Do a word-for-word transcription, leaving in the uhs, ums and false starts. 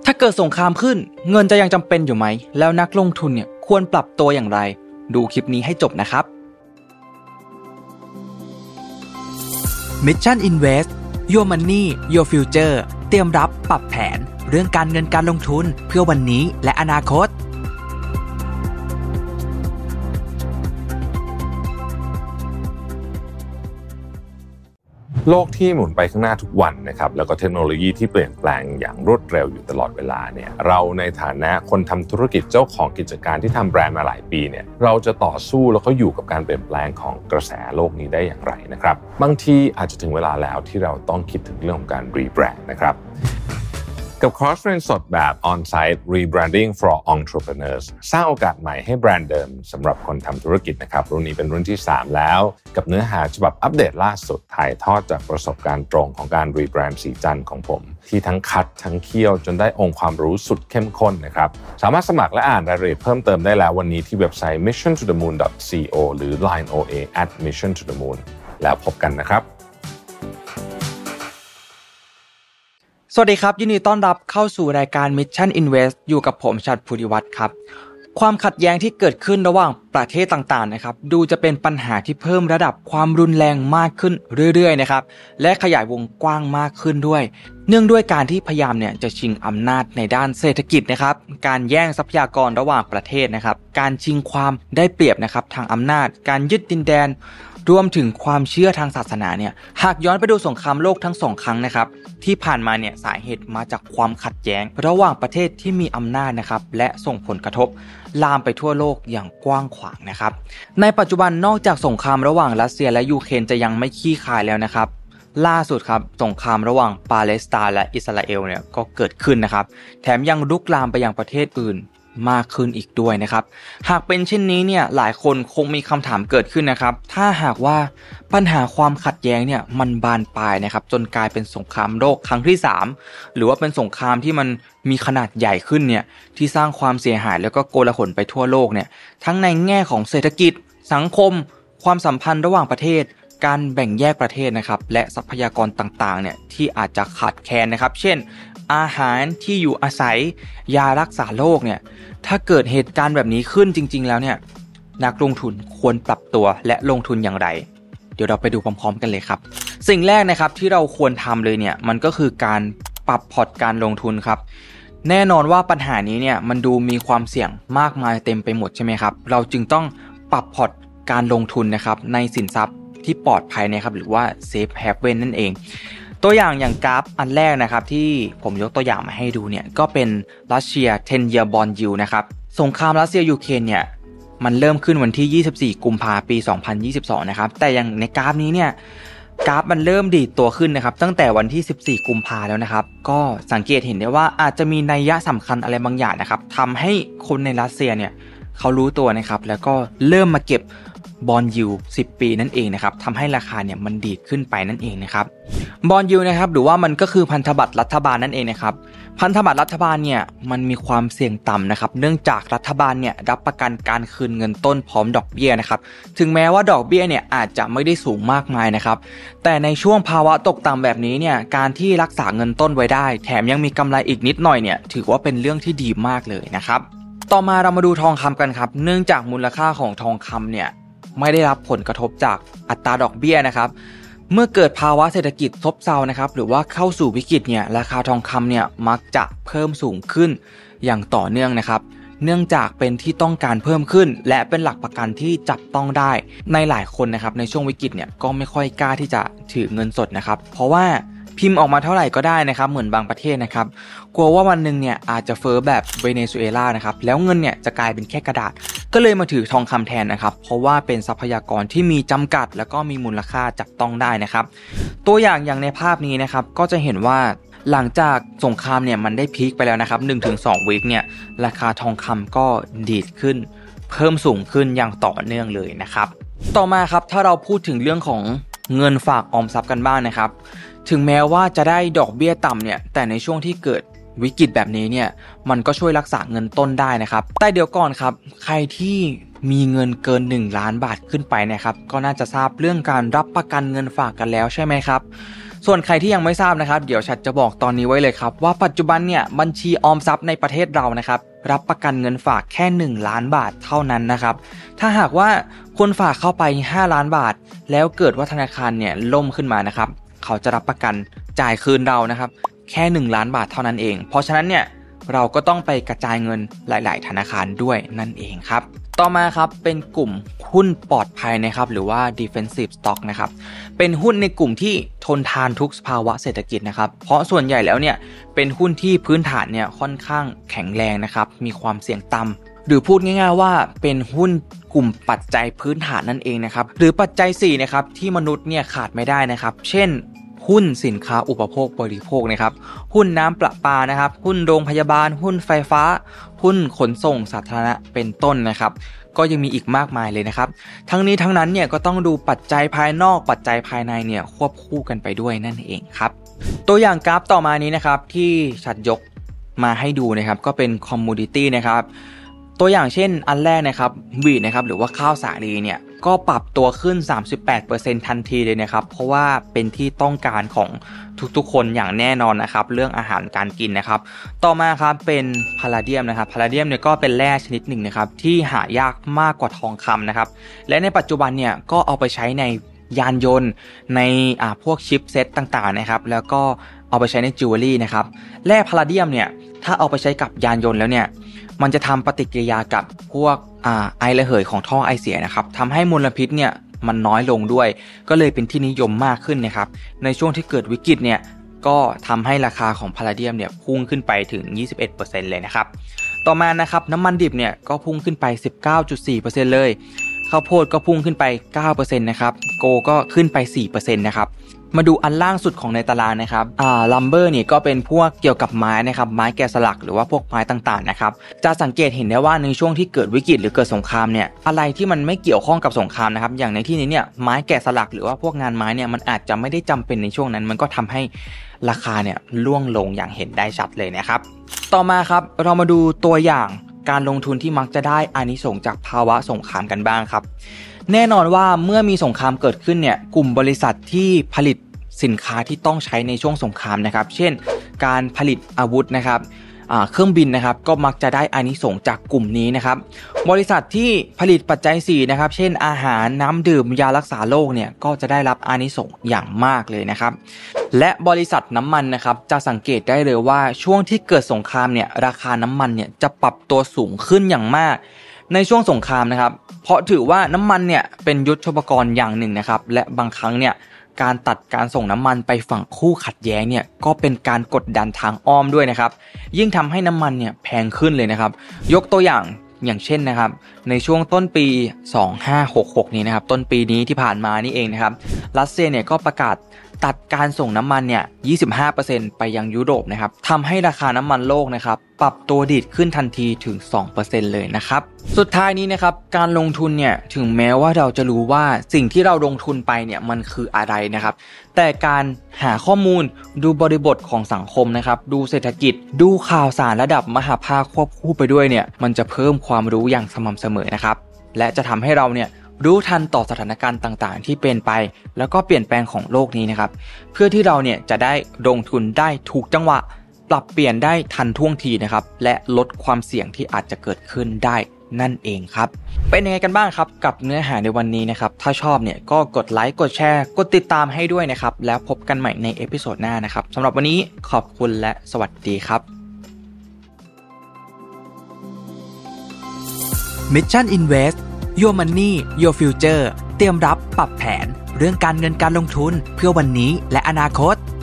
ถ้าเกิดสงครามขึ้นเงินจะยังจำเป็นอยู่ไหมแล้วนักลงทุนเนี่ยควรปรับตัวอย่างไรดูคลิปนี้ให้จบนะครับ Mission Invest Your Money Your Future เตรียมรับปรับแผนเรื่องการเงินการลงทุนเพื่อวันนี้และอนาคตโลกที่หมุนไปข้างหน้าทุกวันนะครับแล้วก็เทคโนโลยีที่เปลี่ยนแปลงอย่างรวดเร็วอยู่ตลอดเวลาเนี่ยเราในฐานะคนทำธุรกิจเจ้าของกิจการที่ทำแบรนด์มาหลายปีเนี่ยเราจะต่อสู้แล้วก็อยู่กับการเปลี่ยนแปลงของกระแสโลกนี้ได้อย่างไรนะครับบางทีอาจจะถึงเวลาแล้วที่เราต้องคิดถึงเรื่องของการรีแบรนด์นะครับกับคอร์สเรียนสดแบบ On-site Rebranding for Entrepreneurs สร้างโอกาสใหม่ให้แบรนด์เดิมสำหรับคนทำธุรกิจนะครับรุ่นนี้เป็นรุ่นที่สามแล้วกับเนื้อหาฉบับอัปเดตล่าสุดถ่ายทอดจากประสบการณ์ตรงของการรีแบรนด์สีจันทร์ของผมที่ทั้งคัดทั้งเคี่ยวจนได้องค์ความรู้สุดเข้มข้นนะครับสามารถสมัครและอ่านรายละเอียดเพิ่มเติมได้แล้ววันนี้ที่เว็บไซต์ มิชชั่น ทู เดอะ มูน ดอท ซี โอ หรือ ไลน์ โอ เอ แอท มิชชั่น ทู เดอะ มูน แล้วพบกันนะครับสวัสดีครับยินดีต้อนรับเข้าสู่รายการ Mission Invest อยู่กับผมชัดภูริวัฒน์ครับความขัดแย้งที่เกิดขึ้นระหว่างประเทศต่างๆนะครับดูจะเป็นปัญหาที่เพิ่มระดับความรุนแรงมากขึ้นเรื่อยๆนะครับและขยายวงกว้างมากขึ้นด้วยเนื่องด้วยการที่พยายามเนี่ยจะชิงอำนาจในด้านเศรษฐกิจนะครับการแย่งทรัพยากรระหว่างประเทศนะครับการชิงความได้เปรียบนะครับทางอำนาจการยึดดินแดนรวมถึงความเชื่อทางศาสนาเนี่ยหากย้อนไปดูสงครามโลกทั้งสองครั้งนะครับที่ผ่านมาเนี่ยสาเหตุมาจากความขัดแย้งระหว่างประเทศที่มีอำนาจนะครับและส่งผลกระทบลามไปทั่วโลกอย่างกว้างขวางนะครับในปัจจุบันนอกจากสงครามระหว่างรัสเซียและยูเครนจะยังไม่คลี่คลายแล้วนะครับล่าสุดครับสงครามระหว่างปาเลสไตน์และอิสราเอลเนี่ยก็เกิดขึ้นนะครับแถมยังลุกลามไปยังประเทศอื่นมากขึ้นอีกด้วยนะครับหากเป็นเช่นนี้เนี่ยหลายคนคงมีคำถามเกิดขึ้นนะครับถ้าหากว่าปัญหาความขัดแย้งเนี่ยมันบานปลายนะครับจนกลายเป็นสงครามโลกครั้งที่สามหรือว่าเป็นสงครามที่มันมีขนาดใหญ่ขึ้นเนี่ยที่สร้างความเสียหายแล้วก็โกลาหลไปทั่วโลกเนี่ยทั้งในแง่ของเศรษฐกิจสังคมความสัมพันธ์ระหว่างประเทศการแบ่งแยกประเทศนะครับและทรัพยากรต่างๆเนี่ยที่อาจจะขาดแคลนนะครับเช่นอาหารที่อยู่อาศัยยารักษาโรคเนี่ยถ้าเกิดเหตุการณ์แบบนี้ขึ้นจริงๆแล้วเนี่ยนักลงทุนควรปรับตัวและลงทุนอย่างไรเดี๋ยวเราไปดูพร้อมๆกันเลยครับสิ่งแรกนะครับที่เราควรทำเลยเนี่ยมันก็คือการปรับพอร์ตการลงทุนครับแน่นอนว่าปัญหานี้เนี่ยมันดูมีความเสี่ยงมากมายเต็มไปหมดใช่ไหมครับเราจึงต้องปรับพอร์ตการลงทุนนะครับในสินทรัพย์ที่ปลอดภัยนะครับหรือว่า Safe Haven นั่นเองตัวอย่างอย่างกราฟอันแรกนะครับที่ผมยกตัวอย่างมาให้ดูเนี่ยก็เป็นรัสเซียสิบ year bond yield นะครับสงครามรัสเซียยูเครนเนี่ยมันเริ่มขึ้นวันที่ยี่สิบสี่กุมภาพันธ์ปีสองพันยี่สิบสองนะครับแต่อย่างในกราฟนี้เนี่ยกราฟมันเริ่มดีดตัวขึ้นนะครับตั้งแต่วันที่สิบสี่กุมภาพันธ์แล้วนะครับก็สังเกตเห็นได้ว่าอาจจะมีนัยยะสำคัญอะไรบางอย่างนะครับทำให้คนในรัสเซียเนี่ยเขารู้ตัวนะครับแล้วก็เริ่มมาเก็บบอนด์ยิลด์สิบปีนั่นเองนะครับทำให้ราคาเนี่ยมันดีดขึ้นไปนั่นเองนะครับบอนด์ยิลด์นะครับหรือว่ามันก็คือพันธบัตรรัฐบาลนั่นเองนะครับพันธบัตรรัฐบาลเนี่ยมันมีความเสี่ยงต่ำนะครับเนื่องจากรัฐบาลเนี่ยรับประกันการคืนเงินต้นพร้อมดอกเบี้ยนะครับถึงแม้ว่าดอกเบี้ยเนี่ยอาจจะไม่ได้สูงมากมายนะครับแต่ในช่วงภาวะตกต่ำแบบนี้เนี่ยการที่รักษาเงินต้นไว้ได้แถมยังมีกำไรอีกนิดหน่อยเนี่ยถือว่าเป็นเรื่องที่ดีมากเลยนะครับต่อมาเรามาดูทองคำกันครับเนื่องจากมูลค่าของทองคำเนี่ยไม่ได้รับผลกระทบจากอัตราดอกเบี้ยนะครับเมื่อเกิดภาวะเศรษฐกิจซบเซานะครับหรือว่าเข้าสู่วิกฤตเนี่ยราคาทองคำเนี่ยมักจะเพิ่มสูงขึ้นอย่างต่อเนื่องนะครับเนื่องจากเป็นที่ต้องการเพิ่มขึ้นและเป็นหลักประกันที่จับต้องได้ในหลายคนนะครับในช่วงวิกฤตเนี่ยก็ไม่ค่อยกล้าที่จะถือเงินสดนะครับเพราะว่าพิมพ์ออกมาเท่าไหร่ก็ได้นะครับเหมือนบางประเทศนะครับกลัวว่าวันนึงเนี่ยอาจจะเฟ้อแบบเวเนซุเอลานะครับแล้วเงินเนี่ยจะกลายเป็นแค่กระดาษก็เลยมาถือทองคำแทนนะครับเพราะว่าเป็นทรัพยากรที่มีจำกัดแล้วก็มีมูลค่าจับต้องได้นะครับตัวอย่างอย่างในภาพนี้นะครับก็จะเห็นว่าหลังจากสงครามเนี่ยมันได้พีคไปแล้วนะครับ หนึ่งถึงสอง วีคเนี่ยราคาทองคำก็ดีดขึ้นเพิ่มสูงขึ้นอย่างต่อเนื่องเลยนะครับต่อมาครับถ้าเราพูดถึงเรื่องของเงินฝากออมทรัพย์กันบ้าง นะครับถึงแม้ว่าจะได้ดอกเบี้ยต่ำเนี่ยแต่ในช่วงที่เกิดวิกฤตแบบนี้เนี่ยมันก็ช่วยรักษาเงินต้นได้นะครับแต่เดี๋ยวก่อนครับใครที่มีเงินเกินหนึ่งล้านบาทขึ้นไปนะครับก็น่าจะทราบเรื่องการรับประกันเงินฝากกันแล้วใช่ไหมครับส่วนใครที่ยังไม่ทราบนะครับเดี๋ยวฉันจะบอกตอนนี้ไว้เลยครับว่าปัจจุบันเนี่ยบัญชีออมทรัพย์ในประเทศเรานะครับรับประกันเงินฝากแค่หนึ่งล้านบาทเท่านั้นนะครับถ้าหากว่าคุณฝากเข้าไปห้าล้านบาทแล้วเกิดว่าธนาคารเนี่ยล่มขึ้นมานะครับเขาจะรับประกันจ่ายคืนเรานะครับแค่หนึ่งล้านบาทเท่านั้นเองเพราะฉะนั้นเนี่ยเราก็ต้องไปกระจายเงินหลายๆธนาคารด้วยนั่นเองครับต่อมาครับเป็นกลุ่มหุ้นปลอดภัยนะครับหรือว่า defensive stock นะครับเป็นหุ้นในกลุ่มที่ทนทานทุกสภาวะเศรษฐกิจนะครับเพราะส่วนใหญ่แล้วเนี่ยเป็นหุ้นที่พื้นฐานเนี่ยค่อนข้างแข็งแรงนะครับมีความเสี่ยงต่ำหรือพูดง่ายๆว่าเป็นหุ้นกลุ่มปัจจัยพื้นฐานนั่นเองนะครับหรือปัจจัยสี่นะครับที่มนุษย์เนี่ยขาดไม่ได้นะครับเช่นหุ้นสินค้าอุปโภคบริโภคนะครับหุ้นน้ำประปานะครับหุ้นโรงพยาบาลหุ้นไฟฟ้าหุ้นขนส่งสาธารณะเป็นต้นนะครับก็ยังมีอีกมากมายเลยนะครับทั้งนี้ทั้งนั้นเนี่ยก็ต้องดูปัจจัยภายนอกปัจจัยภายในเนี่ยควบคู่กันไปด้วยนั่นเองครับตัวอย่างกราฟต่อมานี้นะครับที่ฉันยกมาให้ดูนะครับก็เป็นคอมมูดิตี้นะครับตัวอย่างเช่นอันแรกนะครับวีทนะครับหรือว่าข้าวสาลีเนี่ยก็ปรับตัวขึ้น สามสิบแปดเปอร์เซ็นต์ ทันทีเลยนะครับเพราะว่าเป็นที่ต้องการของทุกๆคนอย่างแน่นอนนะครับเรื่องอาหารการกินนะครับต่อมาครับเป็นพาลาเดียมนะครับพาลาเดียมเนี่ยก็เป็นแร่ชนิดหนึ่งนะครับที่หายากมากกว่าทองคำนะครับและในปัจจุบันเนี่ยก็เอาไปใช้ในยานยนต์ในอ่าพวกชิปเซตต่างๆนะครับแล้วก็เอาไปใช้ในจิวเวลรี่นะครับแร่พาลาเดียมเนี่ยถ้าเอาไปใช้กับยานยนต์แล้วเนี่ยมันจะทำปฏิกิริยากับพวกอ่าไอระเหยของท่อไอเสียนะครับทำให้มลพิษเนี่ยมันน้อยลงด้วยก็เลยเป็นที่นิยมมากขึ้นนะครับในช่วงที่เกิดวิกฤตเนี่ยก็ทำให้ราคาของพาลาเดียมเนี่ยพุ่งขึ้นไปถึง ยี่สิบเอ็ดเปอร์เซ็นต์ เลยนะครับต่อมานะครับน้ำมันดิบเนี่ยก็พุ่งขึ้นไป สิบเก้าจุดสี่เปอร์เซ็นต์ เลยข้าวโพดก็พุ่งขึ้นไป เก้าเปอร์เซ็นต์ นะครับโกก็ขึ้นไป สี่เปอร์เซ็นต์ นะครับมาดูอันล่างสุดของในตารางนะครับอ่าลัมเบอร์นี่ก็เป็นพวกเกี่ยวกับไม้นะครับไม้แกะสลักหรือว่าพวกไม้ต่างๆนะครับจะสังเกตเห็นได้ว่าในช่วงที่เกิดวิกฤตหรือเกิดสงครามเนี่ยอะไรที่มันไม่เกี่ยวข้องกับสงครามนะครับอย่างในที่นี้เนี่ยไม้แกะสลักหรือว่าพวกงานไม้เนี่ยมันอาจจะไม่ได้จำเป็นในช่วงนั้นมันก็ทำให้ราคาเนี่ยร่วงลงอย่างเห็นได้ชัดเลยนะครับต่อมาครับเรามาดูตัวอย่างการลงทุนที่มักจะได้อานิสงส์จากภาวะสงครามกันบ้างครับแน่นอนว่าเมื่อมีสงครามเกิดขึ้นเนี่ยกลุ่มบริษัทที่ผลิตสินค้าที่ต้องใช้ในช่วงสงครามนะครับเช่นการผลิตอาวุธนะครับเครื่องบินนะครับก็มักจะได้อานิสงส์จากกลุ่มนี้นะครับบริษัทที่ผลิตปัจจัยสี่นะครับเช่นอาหารน้ำดื่มยารักษาโรคเนี่ยก็จะได้รับอานิสงส์อย่างมากเลยนะครับและบริษัทน้ำมันนะครับจะสังเกตได้เลยว่าช่วงที่เกิดสงครามเนี่ยราคาน้ำมันเนี่ยจะปรับตัวสูงขึ้นอย่างมากในช่วงสงครามนะครับเพราะถือว่าน้ำมันเนี่ยเป็นยุทโธปกรณ์อย่างหนึ่งนะครับและบางครั้งเนี่ยการตัดการส่งน้ำมันไปฝั่งคู่ขัดแย้งเนี่ยก็เป็นการกดดันทางอ้อมด้วยนะครับยิ่งทำให้น้ำมันเนี่ยแพงขึ้นเลยนะครับยกตัวอย่างอย่างเช่นนะครับในช่วงต้นปีสองพันห้าร้อยหกสิบหกนี้นะครับต้นปีนี้ที่ผ่านมานี่เองนะครับรัสเซียเนี่ยก็ประกาศตัดการส่งน้ำมันเนี่ย ยี่สิบห้าเปอร์เซ็นต์ ไปยังยุโรปนะครับทำให้ราคาน้ำมันโลกนะครับปรับตัวดีดขึ้นทันทีถึง สองเปอร์เซ็นต์ เลยนะครับสุดท้ายนี้นะครับการลงทุนเนี่ยถึงแม้ว่าเราจะรู้ว่าสิ่งที่เราลงทุนไปเนี่ยมันคืออะไรนะครับแต่การหาข้อมูลดูบริบทของสังคมนะครับดูเศรษฐกิจดูข่าวสารระดับมหภาคควบคู่ไปด้วยเนี่ยมันจะเพิ่มความรู้อย่างสม่ำเสมอนะครับและจะทำให้เราเนี่ยรู้ทันต่อสถานการณ์ต่างๆที่เป็นไปแล้วก็เปลี่ยนแปลงของโลกนี้นะครับเพื่อที่เราเนี่ยจะได้ลงทุนได้ถูกจังหวะปรับเปลี่ยนได้ทันท่วงทีนะครับและลดความเสี่ยงที่อาจจะเกิดขึ้นได้นั่นเองครับเป็นยังไงกันบ้างครับกับเนื้อหาในวันนี้นะครับถ้าชอบเนี่ยก็กดไลค์กดแชร์กดติดตามให้ด้วยนะครับแล้วพบกันใหม่ในเอพิโซดหน้านะครับสำหรับวันนี้ขอบคุณและสวัสดีครับ Mission Invest Your Money Your Future เตรียมรับปรับแผนเรื่องการเงินการลงทุนเพื่อวันนี้และอนาคต